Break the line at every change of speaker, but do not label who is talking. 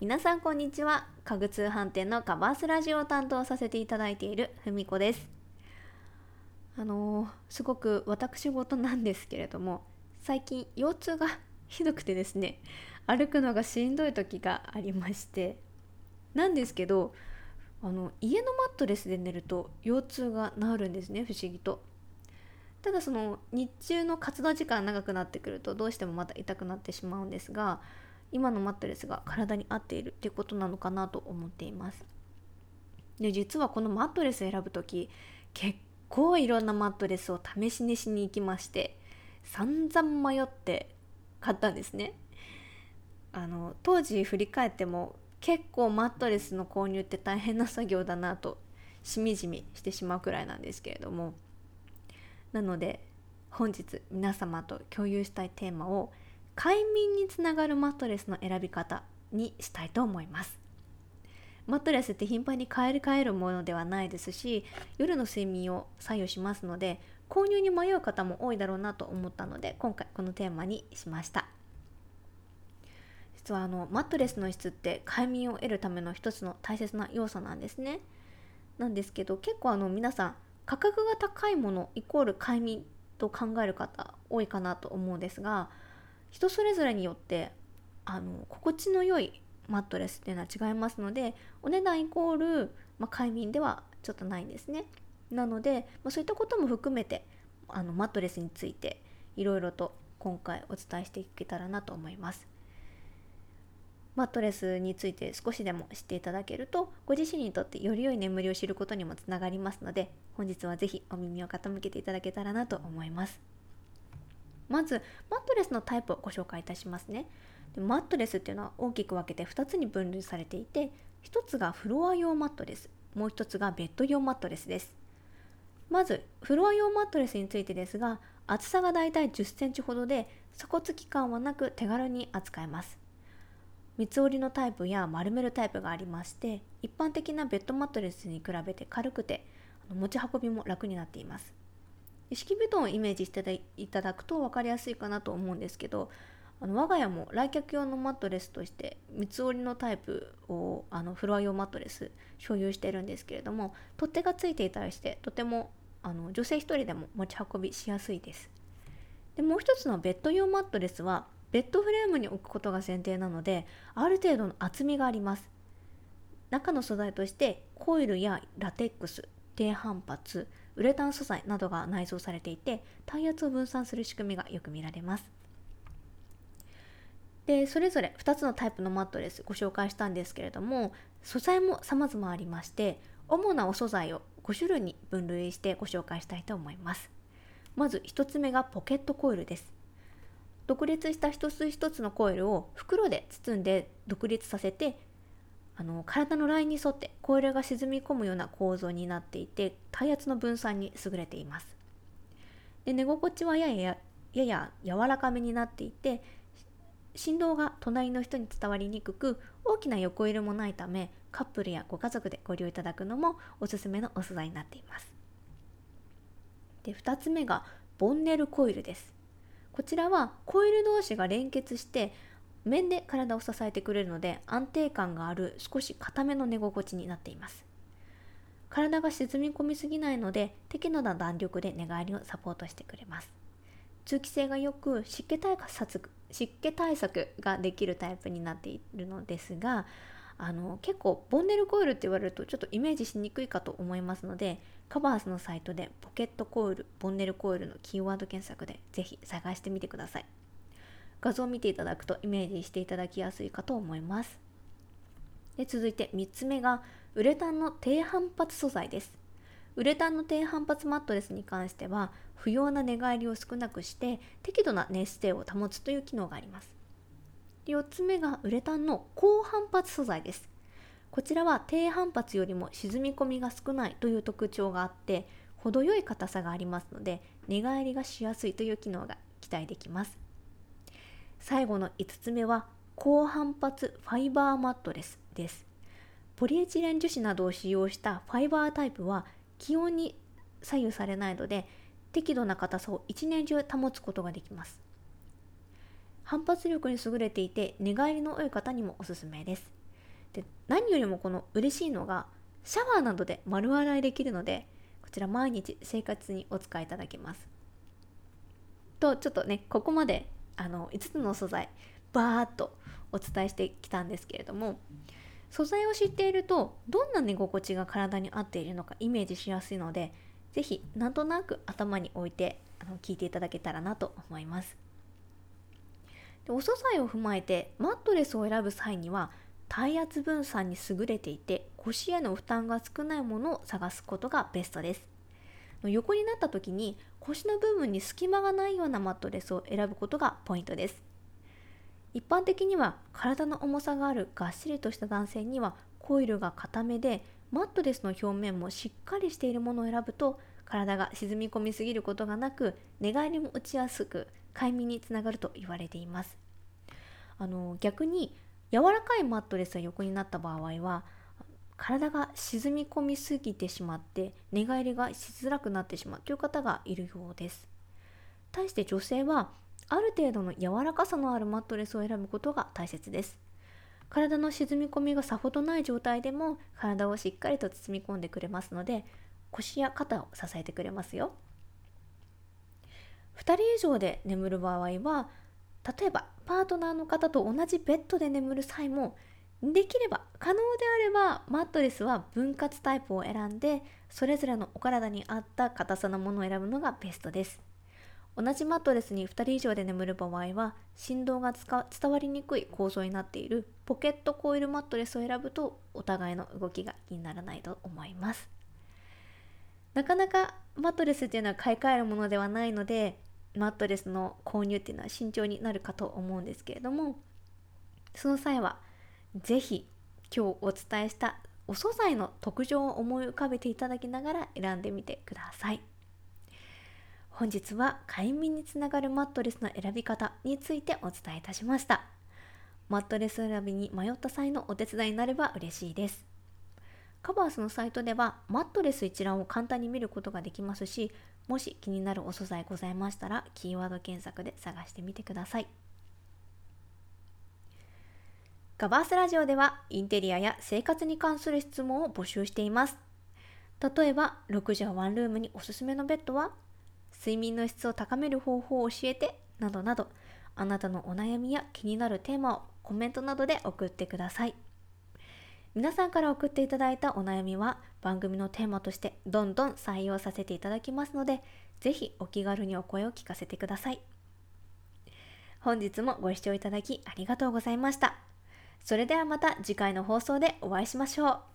皆さんこんにちは。家具通販店のカバースラジオを担当させていただいているふみこです。すごく私事なんですけれども、最近腰痛がひどくてですね、歩くのがしんどい時がありまして、なんですけど、家のマットレスで寝ると腰痛が治るんですね、不思議と。ただその日中の活動時間長くなってくるとどうしてもまた痛くなってしまうんですが、今のマットレスが体に合っているっていうことなのかなと思っています。で、実はこのマットレス選ぶとき結構いろんなマットレスを試し寝しに行きまして、散々迷って買ったんですね。当時振り返っても結構マットレスの購入って大変な作業だなとしみじみしてしまうくらいなんですけれども、なので本日皆様と共有したいテーマを快眠につながるマットレスの選び方にしたいと思います。マットレスって頻繁に買えるものではないですし、夜の睡眠を左右しますので、購入に迷う方も多いだろうなと思ったので、今回このテーマにしました。実はマットレスの質って快眠を得るための一つの大切な要素なんですね。なんですけど、結構皆さん価格が高いものイコール快眠と考える方多いかなと思うんですが、人それぞれによって心地の良いマットレスっていうのは違いますので、お値段イコール、快眠ではちょっとないんですね。なので、そういったことも含めてマットレスについていろいろと今回お伝えしていけたらなと思います。マットレスについて少しでも知っていただけると、ご自身にとってより良い眠りを知ることにもつながりますので、本日はぜひお耳を傾けていただけたらなと思います。まずマットレスのタイプをご紹介いたしますね。で、マットレスっていうのは大きく分けて2つに分類されていて、1つがフロア用マットレス、もう1つがベッド用マットレスです。まずフロア用マットレスについてですが、厚さがだいたい10センチほどで、底付き感はなく手軽に扱えます。三つ折りのタイプや丸めるタイプがありまして、一般的なベッドマットレスに比べて軽くて持ち運びも楽になっています。敷布団をイメージしていただくと分かりやすいかなと思うんですけど、我が家も来客用のマットレスとして三つ折りのタイプをフロア用マットレス所有しているんですけれども、取っ手がついていたりしてとても女性一人でも持ち運びしやすいです。で、もう一つのベッド用マットレスはベッドフレームに置くことが前提なので、ある程度の厚みがあります。中の素材としてコイルやラテックス、低反発、ウレタン素材などが内蔵されていて、体圧を分散する仕組みがよく見られます。で、それぞれ2つのタイプのマットレスご紹介したんですけれども、素材も様々ありまして、主なお素材を5種類に分類してご紹介したいと思います。まず1つ目がポケットコイルです。独立した一つ一つのコイルを袋で包んで独立させて、体のラインに沿ってコイルが沈み込むような構造になっていて、体圧の分散に優れています。で、寝心地はやや柔らかめになっていて、振動が隣の人に伝わりにくく、大きな横入れもないため、カップルやご家族でご利用いただくのもおすすめのお素材になっています。で、2つ目がボンネルコイルです。こちらはコイル同士が連結して面で体を支えてくれるので、安定感がある少し硬めの寝心地になっています。体が沈み込みすぎないので、適度な弾力で寝返りをサポートしてくれます。通気性が良く、湿気対策ができるタイプになっているのですが、結構ボンネルコイルって言われるとちょっとイメージしにくいかと思いますので、カバースのサイトでポケットコイル、ボンネルコイルのキーワード検索でぜひ探してみてください。画像を見ていただくとイメージしていただきやすいかと思います。で、続いて3つ目がウレタンの低反発素材です。ウレタンの低反発マットレスに関しては、不要な寝返りを少なくして適度な寝姿勢を保つという機能があります。4つ目がウレタンの高反発素材です。こちらは低反発よりも沈み込みが少ないという特徴があって、程よい硬さがありますので、寝返りがしやすいという機能が期待できます。最後の5つ目は高反発ファイバーマットレスです。ポリエチレン樹脂などを使用したファイバータイプは気温に左右されないので、適度な硬さを一年中保つことができます。反発力に優れていて、寝返りの良い方にもおすすめです。 で、何よりもこの嬉しいのがシャワーなどで丸洗いできるので、こちら毎日生活にお使いいただけます。とちょっとね、ここまで5つの素材バーっとお伝えしてきたんですけれども、素材を知っているとどんな寝心地が体に合っているのかイメージしやすいので、ぜひなんとなく頭に置いて聞いていただけたらなと思います。で、お素材を踏まえてマットレスを選ぶ際には、体圧分散に優れていて腰への負担が少ないものを探すことがベストです。横になった時に腰の部分に隙間がないようなマットレスを選ぶことがポイントです。一般的には体の重さがあるがっしりとした男性にはコイルが固めで、マットレスの表面もしっかりしているものを選ぶと、体が沈み込みすぎることがなく寝返りも打ちやすく快眠につながると言われています。逆に柔らかいマットレスが横になった場合は、体が沈み込みすぎてしまって寝返りがしづらくなってしまうという方がいるようです。対して女性はある程度の柔らかさのあるマットレスを選ぶことが大切です。体の沈み込みがさほどない状態でも体をしっかりと包み込んでくれますので、腰や肩を支えてくれますよ。2人以上で眠る場合は、例えばパートナーの方と同じベッドで眠る際も、できれば可能であればマットレスは分割タイプを選んで、それぞれのお体に合った硬さのものを選ぶのがベストです。同じマットレスに2人以上で眠る場合は、振動が伝わりにくい構造になっているポケットコイルマットレスを選ぶと、お互いの動きが気にならないと思います。なかなかマットレスっていうのは買い替えるものではないので、マットレスの購入っていうのは慎重になるかと思うんですけれども、その際はぜひ今日お伝えしたお素材の特徴を思い浮かべていただきながら選んでみてください。本日は快眠につながるマットレスの選び方についてお伝えいたしました。マットレス選びに迷った際のお手伝いになれば嬉しいです。カバースのサイトではマットレス一覧を簡単に見ることができますし、もし気になるお素材ございましたらキーワード検索で探してみてください。カバースラジオではインテリアや生活に関する質問を募集しています。例えば6畳ワンルームにおすすめのベッドは、睡眠の質を高める方法を教えて、などなど、あなたのお悩みや気になるテーマをコメントなどで送ってください。皆さんから送っていただいたお悩みは番組のテーマとしてどんどん採用させていただきますので、ぜひお気軽にお声を聞かせてください。本日もご視聴いただきありがとうございました。それではまた次回の放送でお会いしましょう。